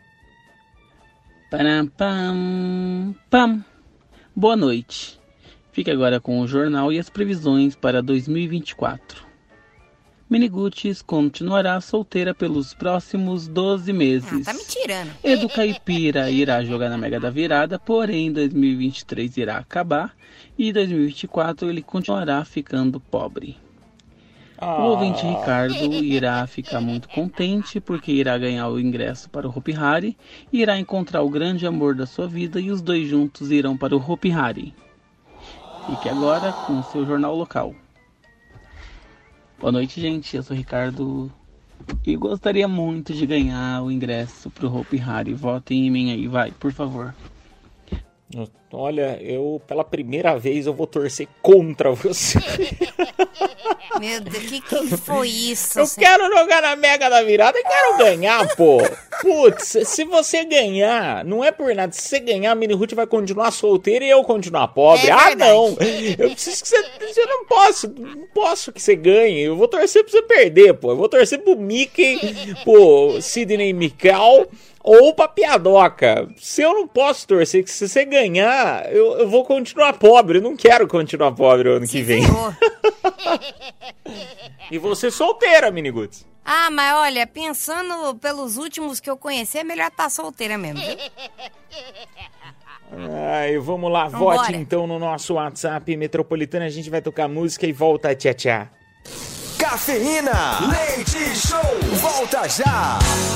Param, pam, pam. Boa noite. Fique agora com o jornal e as previsões para dois mil e vinte e quatro. Miniguts continuará solteira pelos próximos doze meses. Ah, tá me tirando. Edu Caipira irá jogar na Mega da Virada, porém dois mil e vinte e três irá acabar e dois mil e vinte e quatro ele continuará ficando pobre. O ouvinte Ricardo irá ficar muito contente porque irá ganhar o ingresso para o Hopi Hari e irá encontrar o grande amor da sua vida e os dois juntos irão para o Hopi Hari. Fique agora com o seu jornal local. Boa noite, gente. Eu sou o Ricardo e gostaria muito de ganhar o ingresso para o Hopi Hari. Votem em mim aí, vai, por favor. Olha, eu pela primeira vez eu vou torcer contra você. Meu Deus, o que, que foi isso? Eu senhor? quero jogar na Mega da Virada e quero ganhar, pô. Putz, se você ganhar, não é por nada. Se você ganhar, a Mini Ruth vai continuar solteira e eu continuar pobre. É ah, não. Eu preciso que você... Eu não posso, não posso que você ganhe. Eu vou torcer pra você perder, pô. Eu vou torcer pro Mickey, pro Sidney Mical ou pra Piadoca. Se eu não posso torcer, que se você ganhar, eu, eu vou continuar pobre. Eu não quero continuar pobre o ano que vem. E você solteira, Miniguts. Ah, mas olha, pensando pelos últimos que eu conheci, é melhor estar solteira mesmo, viu? Ai, vamos lá, Vambora. vote então no nosso WhatsApp Metropolitana. A gente vai tocar música e volta, tchá, tchá. Cafeína, leite show, volta já.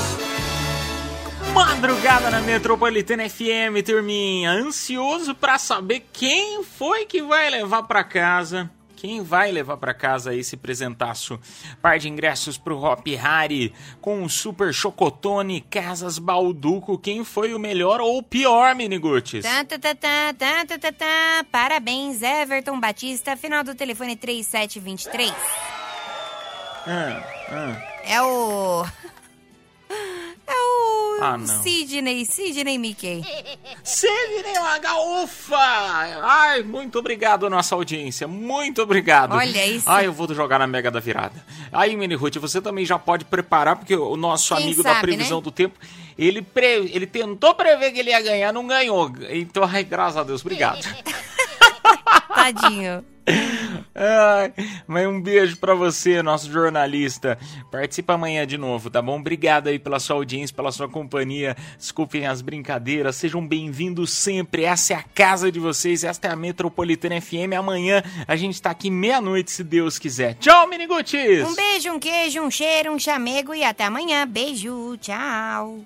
Madrugada na Metropolitana F M, turminha. Ansioso pra saber quem foi que vai levar pra casa. Quem vai levar pra casa esse presentaço? Par de ingressos pro Hopi Hari com o Super Chocotone Casas Balduco. Quem foi o melhor ou o pior, Miniguts? Tá, tá, tá, tá, tá, tá, tá, tá. Parabéns, Everton Batista. Final do telefone três sete dois três. Ah, ah. É o... É o Ah, não. Sidney, Sidney Mickey. Sidney Magaúfa! Ai, muito obrigado, nossa audiência. Muito obrigado. Olha isso. Ai, eu vou jogar na Mega da Virada. Aí, Mini Ruth, você também já pode preparar, porque o nosso Quem amigo sabe, da previsão né? do tempo, ele, pre... ele tentou prever que ele ia ganhar, não ganhou. Então, ai, graças a Deus, obrigado. Tadinho. Ai, mas um beijo pra você, nosso jornalista. Participa amanhã de novo, tá bom? Obrigado aí pela sua audiência, pela sua companhia. Desculpem as brincadeiras, sejam bem-vindos sempre. Essa é a casa de vocês, esta é a Metropolitana F M. Amanhã a gente tá aqui meia-noite, se Deus quiser. Tchau, Miniguts! Um beijo, um queijo, um cheiro, um chamego e até amanhã. Beijo, tchau.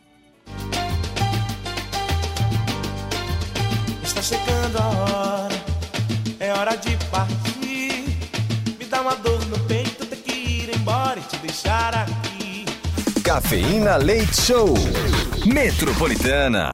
Está chegando a hora, é hora de partir. Me dá uma dor no peito, ter que ir embora e te deixar aqui. Cafeína Leite Show. Metropolitana.